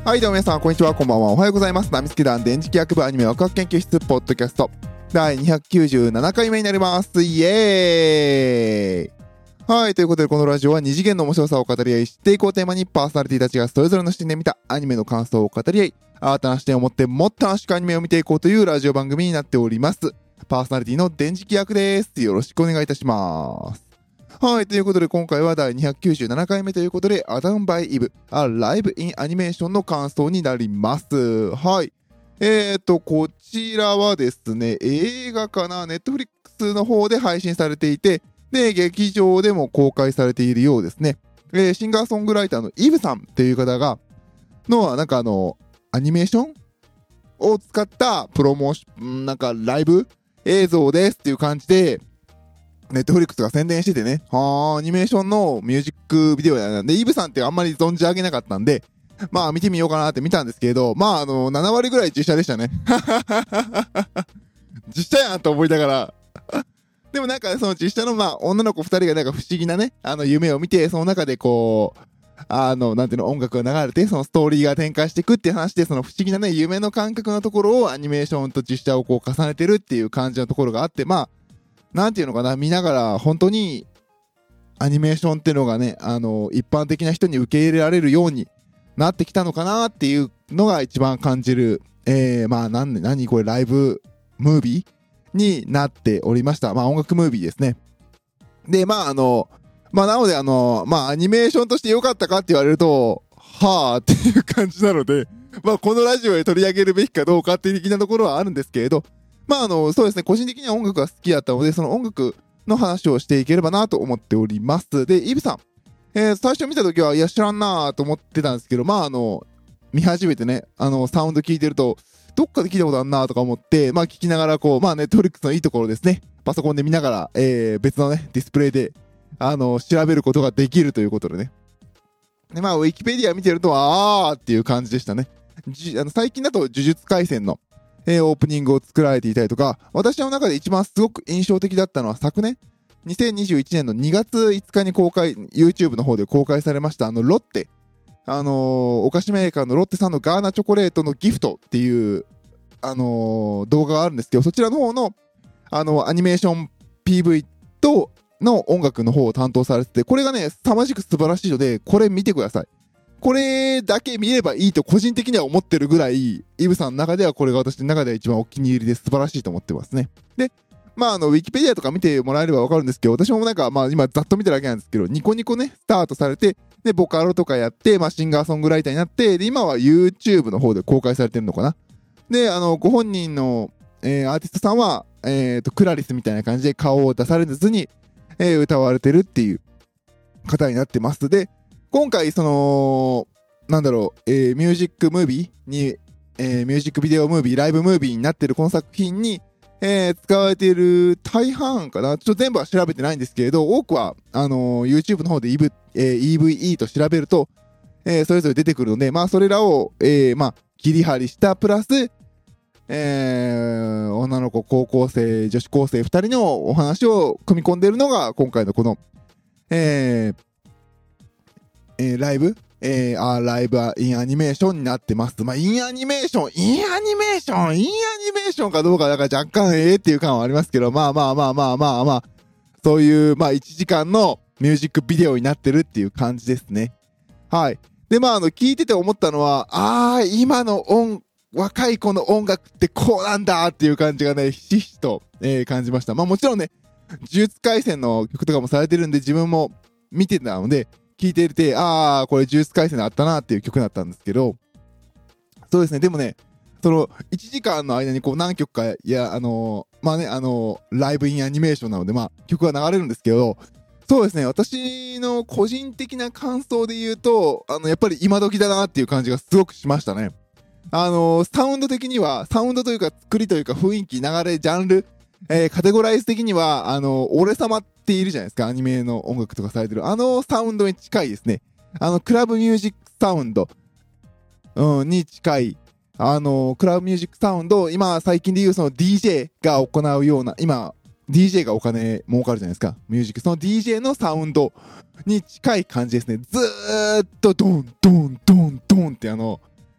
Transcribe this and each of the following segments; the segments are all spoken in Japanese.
はいどうも皆さんこんにちは、こんばんは、おはようございます。ナミスケ団電磁気学部アニメワクワク研究室ポッドキャスト第297回目になります。イエーイ。はい、ということでこのラジオは二次元の面白さを語り合い知っていこうテーマに、パーソナリティたちがそれぞれの視点で見たアニメの感想を語り合い、新たな視点を持ってもっと楽しくアニメを見ていこうというラジオ番組になっております。パーソナリティの電磁気役です。よろしくお願いいたします。はい、ということで今回は第297回目ということで、アダムバイイブ、ライブインアニメーションの感想になります。はい。こちらはですね、映画かな、ネットフリックスの方で配信されていて、で、劇場でも公開されているようですね。シンガーソングライターのイブさんっていう方が、なんかアニメーションを使ったプロモーション、なんかライブ映像ですっていう感じで、ネットフリックスが宣伝しててね、アニメーションのミュージックビデオなんで、イブさんってあんまり存じ上げなかったんで、まあ見てみようかなって見たんですけど、まあ7割ぐらい実写でしたね。実写やんと思いながら。でもなんかその実写の女の子2人がなんか不思議なね、夢を見て、その中でこう、なんていうの、音楽が流れて、そのストーリーが展開していくっていう話で、その不思議なね、夢の感覚のところをアニメーションと実写をこう重ねてるっていう感じのところがあって、なんていうのかな、見ながら本当にアニメーションっていうのがね、一般的な人に受け入れられるようになってきたのかなっていうのが一番感じる、何これライブムービーになっておりました。音楽ムービーですね。で、なのでアニメーションとして良かったかって言われると、はぁっていう感じなので、このラジオで取り上げるべきかどうかっていう的なところはあるんですけれど、そうですね、個人的には音楽が好きだったので、その音楽の話をしていければなと思っております。で、イブさん、最初見たときは、いや、知らんなと思ってたんですけど、見始めてね、サウンド聞いてると、どっかで聞いたことあんなとか思って、聞きながら、ネットフリックスのいいところですね、パソコンで見ながら、別のね、ディスプレイで、調べることができるということでね。で、ウィキペディア見てると、っていう感じでしたね。最近だと、呪術廻戦の、オープニングを作られていたりとか、私の中で一番すごく印象的だったのは昨年、2021年の2月5日にYouTube の方で公開されました、ロッテ、お菓子メーカーのロッテさんのガーナチョコレートのギフトっていう、動画があるんですけど、そちらの方の、アニメーション PV との音楽の方を担当されてて、これがね、凄まじく素晴らしいので、これ見てください。これだけ見ればいいと個人的には思ってるぐらい、イブさんの中ではこれが私の中では一番お気に入りで素晴らしいと思ってますね。で、ウィキペディアとか見てもらえればわかるんですけど、私もなんか、今ざっと見ただけなんですけど、ニコニコね、スタートされて、で、ボカロとかやって、シンガーソングライターになって、で、今は YouTube の方で公開されてるのかな。で、ご本人の、アーティストさんは、クラリスみたいな感じで顔を出されずに、歌われてるっていう方になってます。で、今回ミュージックムービーに、ミュージックビデオムービー、ライブムービーになってるこの作品に、使われている大半かな、ちょっと全部は調べてないんですけれど、多くはYouTube の方でEVE と調べると、それぞれ出てくるので、それらを、切り張りしたプラス、女の子、高校生、女子高生2人のお話を組み込んでいるのが今回のこの、ライブインアニメーションになってます。インアニメーションかどうかだから若干っていう感はありますけど、そういう1時間のミュージックビデオになってるっていう感じですね。はい。で、聞いてて思ったのは、今の若い子の音楽ってこうなんだっていう感じがね、ひしひしと、感じました。もちろんね、呪術廻戦の曲とかもされてるんで自分も見てたので、聞いていて、これ呪術廻戦あったなっていう曲だったんですけど、そうですね、でもね、その1時間の間にこう何曲か、ライブインアニメーションなので、曲が流れるんですけど、そうですね、私の個人的な感想で言うと、やっぱり今時だなっていう感じがすごくしましたね。サウンド的には、サウンドというか作りというか雰囲気、流れ、ジャンル、カテゴライズ的には、俺様っているじゃないですか、アニメの音楽とかされてる。サウンドに近いですね。クラブミュージックサウンド、に近い、クラブミュージックサウンド、今、最近で言うその DJ が行うような、今、DJ がお金儲かるじゃないですか、ミュージック。その DJ のサウンドに近い感じですね。ずーっとドン、ドン、ドン、ドンって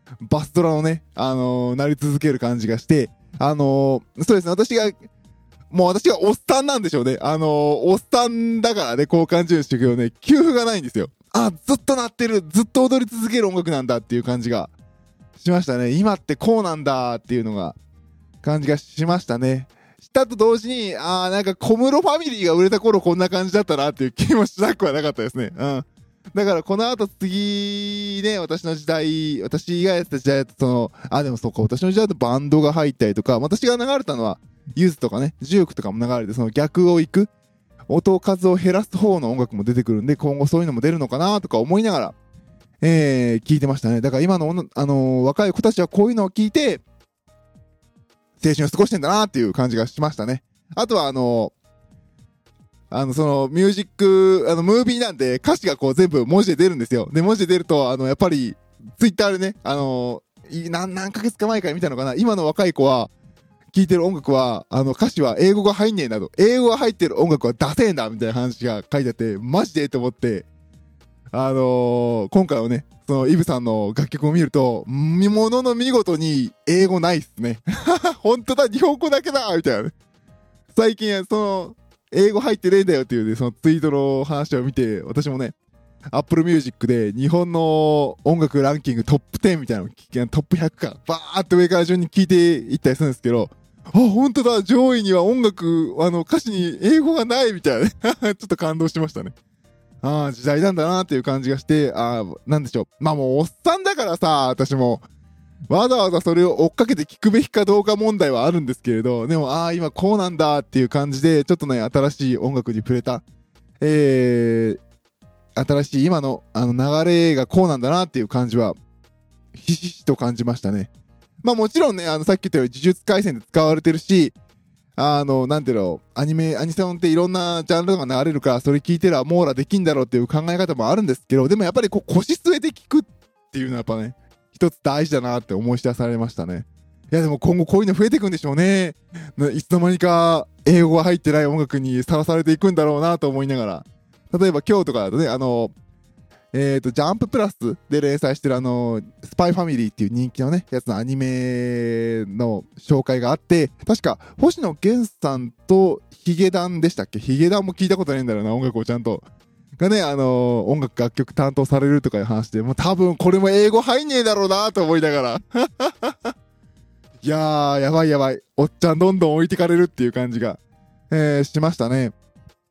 バスドラのね、なり続ける感じがして、そうですね、私がおっさんなんでしょうね。おっさんだからね、こう感じるんですけどね、給付がないんですよ。ずっと鳴ってる、ずっと踊り続ける音楽なんだっていう感じがしましたね。今ってこうなんだっていうのが、感じがしましたね。したと同時に、なんか小室ファミリーが売れた頃こんな感じだったなっていう気もしなくはなかったですね。うん。だからこの後次ね、私がやってた時代だとでもそうか、私の時代だとバンドが入ったりとか、私が流れたのは、ユースとかね、ジュークとかも流れて、その逆を行く、音数を減らす方の音楽も出てくるんで、今後そういうのも出るのかなとか思いながら、聞いてましたね。だから今の、若い子たちはこういうのを聞いて、青春を過ごしてんだなっていう感じがしましたね。あとはそのミュージック、ムービーなんで歌詞がこう全部文字で出るんですよ。で、文字で出ると、やっぱり、ツイッターでね、何ヶ月か前から見たのかな、今の若い子は、聴いてる音楽は、歌詞は英語が入んねえなど、英語が入ってる音楽はダセえんだみたいな話が書いてあって、マジでと思って、今回はね、そのイブさんの楽曲を見ると、ものの見事に英語ないっすね。本当だ、日本語だけだみたいなね。最近、英語入ってねえんだよっていうね、そのツイートの話を見て、私もね、Apple Music で日本の音楽ランキングトップ10みたいなの、トップ100か、バーって上から順に聞いていったりするんですけど、本当だ、上位には音楽、歌詞に英語がないみたいなね。ちょっと感動しましたね。時代なんだなっていう感じがして、なんでしょう。まあもうおっさんだからさ、私も、わざわざそれを追っかけて聞くべきかどうか問題はあるんですけれど、でも、今こうなんだっていう感じで、ちょっとね、新しい音楽に触れた、新しい今の、流れがこうなんだなっていう感じは、ひしひしと感じましたね。まあもちろんね、さっき言ったように呪術廻戦で使われてるし、なんていうの、アニソンっていろんなジャンルが流れるから、それ聞いてら網羅できんだろうっていう考え方もあるんですけど、でもやっぱりこう腰据えて聞くっていうのはやっぱね、一つ大事だなって思い知らされましたね。いやでも今後こういうの増えていくんでしょうね。いつの間にか英語が入ってない音楽にさらされていくんだろうなと思いながら。例えば今日とかだとね、ジャンププラスで連載してるスパイファミリーっていう人気のね、やつのアニメの紹介があって、確か、星野源さんとヒゲダンでしたっけ？ヒゲダンも聞いたことないんだろうな、音楽をちゃんと。がね、音楽楽曲担当されるとかいう話で、もう多分これも英語入んねえだろうなと思いながら。いやー、やばいやばい。おっちゃんどんどん置いてかれるっていう感じが、しましたね。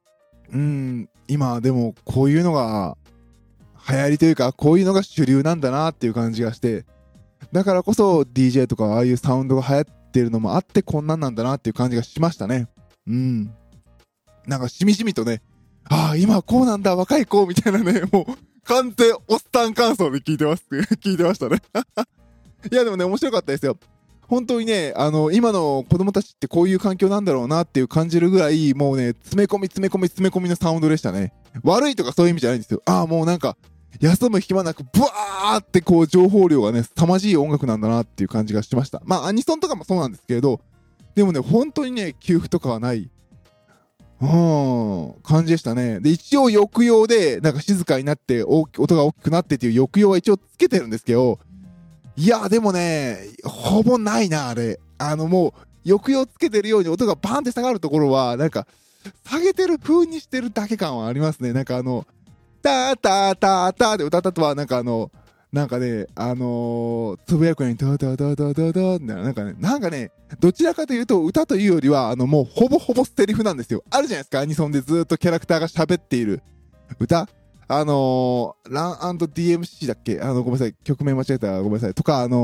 今でもこういうのが、流行りというか、こういうのが主流なんだなっていう感じがして、だからこそ DJ とかああいうサウンドが流行ってるのもあってこんなんなんだなっていう感じがしましたね。なんかしみじみとね、今こうなんだ若い子みたいなね、もう完全おっさん感想で聞いてましたね。いやでもね、面白かったですよ。本当にね、今の子供たちってこういう環境なんだろうなっていう感じるぐらい、もうね、詰め込みのサウンドでしたね。悪いとかそういう意味じゃないんですよ。もうなんか、休む暇なく、ブワーってこう情報量がね、凄まじい音楽なんだなっていう感じがしました。まあ、アニソンとかもそうなんですけれど、でもね、本当にね、給付とかはない、感じでしたね。で、一応抑揚で、なんか静かになって、音が大きくなってっていう抑揚は一応つけてるんですけど、いや、でもね、ほぼないな、あれ。もう、抑揚つけてるように音がバーンって下がるところは、なんか、下げてる風にしてるだけ感はありますね。なんかターターターターで歌ったとは、なんかなんかね、つぶやくように、ターターターターターターみたいな、なんかね、どちらかというと、歌というよりは、もうほぼほぼセリフなんですよ。あるじゃないですか、アニソンでずっとキャラクターが喋っている歌。ラン&DMC だっけ？ごめんなさい、曲名間違えたらごめんなさい。とか、う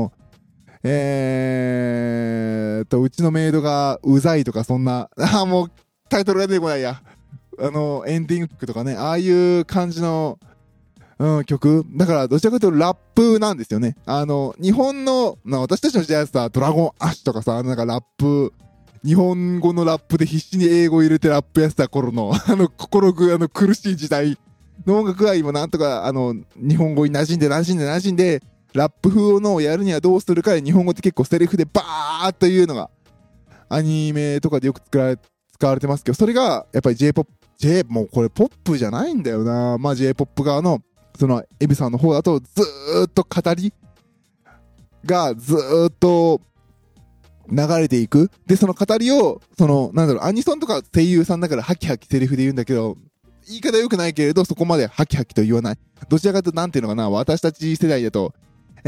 ちのメイドがうざいとか、そんな、もう、タイトルが出てこないや。エンディング曲とかね、ああいう感じの、曲。だから、どちらかというとラップなんですよね。日本の、私たちの時代はさ、ドラゴンアッシュとかさ、なんかラップ、日本語のラップで必死に英語入れてラップやってた頃の、苦しい時代の音楽は今なんとか、日本語に馴染んで、ラップ風のをやるにはどうするかで、日本語って結構セリフでバーっというのが、アニメとかでよく使われてますけど、それが、やっぱり J-POP、もうこれポップじゃないんだよな。まあ J-POP 側の、エビさんの方だとずーっと語りがずーっと流れていく。で、その語りを、アニソンとか声優さんだからハキハキセリフで言うんだけど、言い方良くないけれど、そこまでハキハキと言わない。どちらかというと、なんていうのかな、私たち世代だと、サ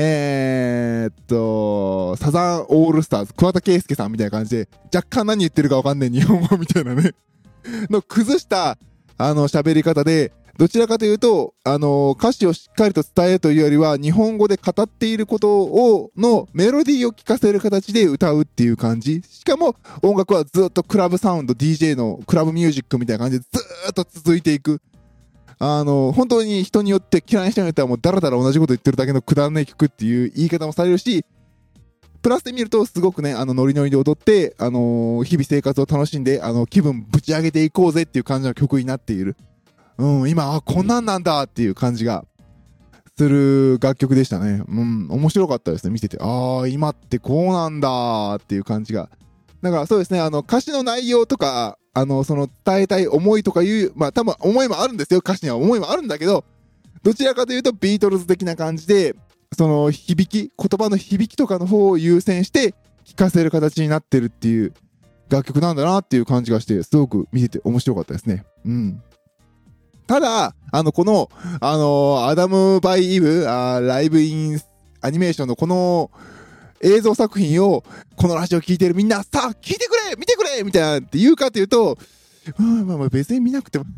ザンオールスターズ、桑田佳祐さんみたいな感じで、若干何言ってるかわかんない日本語みたいなねの崩した、喋り方で、どちらかというと、歌詞をしっかりと伝えるというよりは、日本語で語っていることのメロディーを聞かせる形で歌うっていう感じ。しかも、音楽はずっとクラブサウンド、DJ のクラブミュージックみたいな感じでずーっと続いていく。本当に人によって嫌いな人によってはもうダラダラ同じこと言ってるだけのくだらない曲っていう言い方もされるし、プラスで見るとすごくね、ノリノリで踊って、日々生活を楽しんで、気分ぶち上げていこうぜっていう感じの曲になっている。今、こんなんなんだっていう感じがする楽曲でしたね。面白かったですね、見てて。今ってこうなんだっていう感じが。だからそうですね、歌詞の内容とか、伝えたい思いとかいう、多分思いもあるんですよ。歌詞には思いもあるんだけど、どちらかというとビートルズ的な感じで、言葉の響きとかの方を優先して聴かせる形になってるっていう楽曲なんだなっていう感じがして、すごく見てて面白かったですね。ただ、この、アダム・バイ・イブ、ライブ・イン・アニメーションのこの映像作品を、このラジオ聴いてるみんな、さあ、聞いてくれ見てくれみたいなって言うかというと、別に見なくても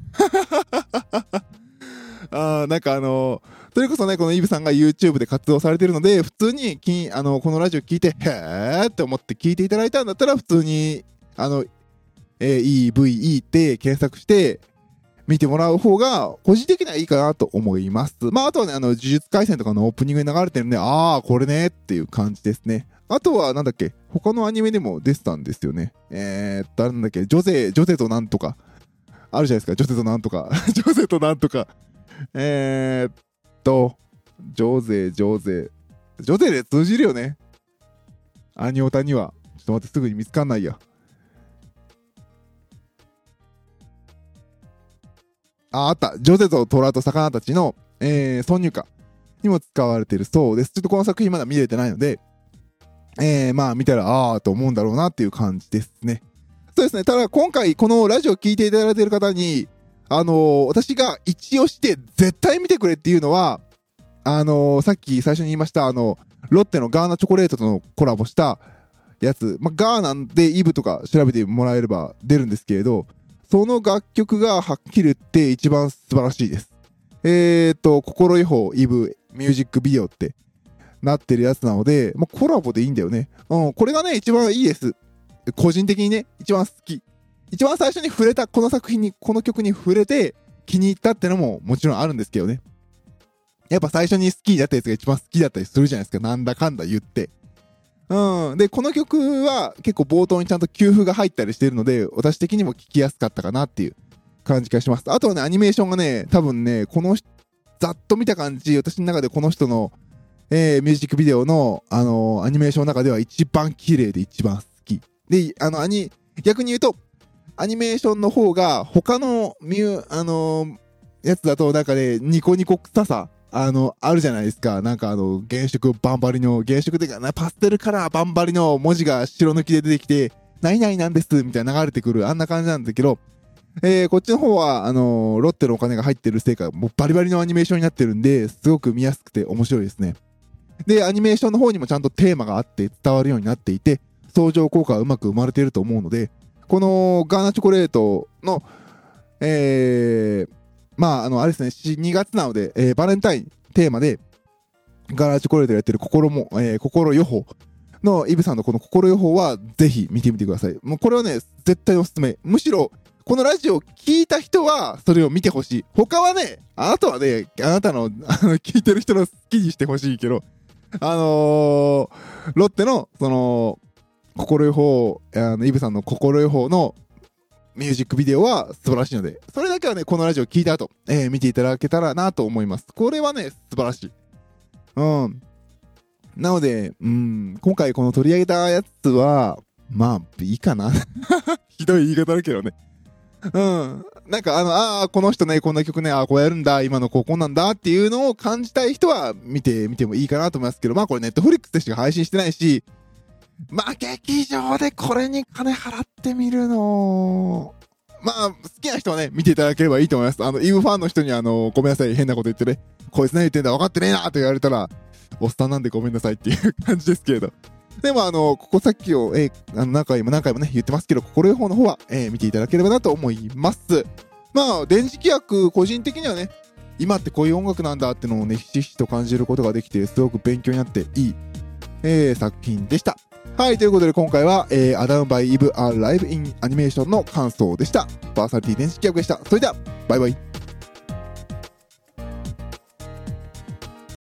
それこそね、このイブさんが YouTube で活動されてるので、普通にこのラジオ聞いて、へーって思って聞いていただいたんだったら、普通に、EVE って検索して、見てもらう方が、個人的にはいいかなと思います。あとはね、呪術廻戦とかのオープニングに流れてるんで、これねっていう感じですね。あとは、他のアニメでも出てたんですよね。なんだっけ、ジョゼとなんとか。あるじゃないですか、ジョゼとなんとか。ジョゼとなんとか。ジョゼで通じるよね。アニオタには。ちょっと待って、すぐに見つかんないや。あった。ジョゼと虎と魚たちの、挿入歌にも使われているそうです。ちょっとこの作品まだ見れてないので、見たら、と思うんだろうなっていう感じですね。そうですね。ただ今回、このラジオ聞いていただいている方に、私が一押して絶対見てくれっていうのは、さっき最初に言いました、ロッテのガーナチョコレートとのコラボしたやつ、ガーナでイブとか調べてもらえれば出るんですけれど、その楽曲がはっきり言って一番素晴らしいです。心得法イブミュージックビデオってなってるやつなので、コラボでいいんだよね。これがね、一番いいです。個人的にね、一番好き。一番最初に触れた、この作品に、この曲に触れて気に入ったってのももちろんあるんですけどね。やっぱ最初に好きだったやつが一番好きだったりするじゃないですか。なんだかんだ言って。で、この曲は結構冒頭にちゃんと給付が入ったりしてるので、私的にも聴きやすかったかなっていう感じがします。あとはね、アニメーションがね、多分ね、ざっと見た感じ、私の中でこの人の、ミュージックビデオの、アニメーションの中では一番綺麗で一番好き。で、逆に言うと、アニメーションの方が他のやつだとニコニコ臭さあるじゃないですか。原色バンバリの、原色でパステルカラーバンバリの文字が白抜きで出てきて、何々なんですみたいな流れてくる、あんな感じなんだけど、こっちの方は、ロッテのお金が入ってるせいか、もうバリバリのアニメーションになってるんで、すごく見やすくて面白いですね。で、アニメーションの方にもちゃんとテーマがあって伝わるようになっていて、相乗効果がうまく生まれていると思うので、このガーナチョコレートの、あれですね、2月なので、バレンタインテーマで、ガーナチョコレートやってる心予報のイブさんのこの心予報はぜひ見てみてください。もうこれはね、絶対おすすめ。むしろ、このラジオを聞いた人はそれを見てほしい。他はね、あなたはね、あなたの聞いてる人の好きにしてほしいけど、ロッテの、心予報、イブさんの心予報のミュージックビデオは素晴らしいので、それだけはね、このラジオ聞いた後、見ていただけたらなと思います。これはね、素晴らしい。なので、今回この取り上げたやつは、いいかな。ひどい言い方だけどね。 うん。なんかこの人ね、こんな曲ね、こうやるんだ、今のこうなんだっていうのを感じたい人は見てみてもいいかなと思いますけど、まあこれネットフリックスでしか配信してないし、まあ劇場でこれに金払ってみるの、まあ好きな人はね、見ていただければいいと思います。イブファンの人にごめんなさい、変なこと言ってね、こいつ何言ってんだ分かってねえなと言われたら、おっさんなんでごめんなさいっていう感じですけれど。でもここさっきを、何回もね、言ってますけど、心得法の方は、見ていただければなと思います。まあ、電磁気役、個人的にはね、今ってこういう音楽なんだってのをね、ひしひしと感じることができて、すごく勉強になっていい、作品でした。はい、ということで今回は、アダムバイイブアライブインアニメーションの感想でした。パーソナリティ電磁気役でした。それでは、バイバイ。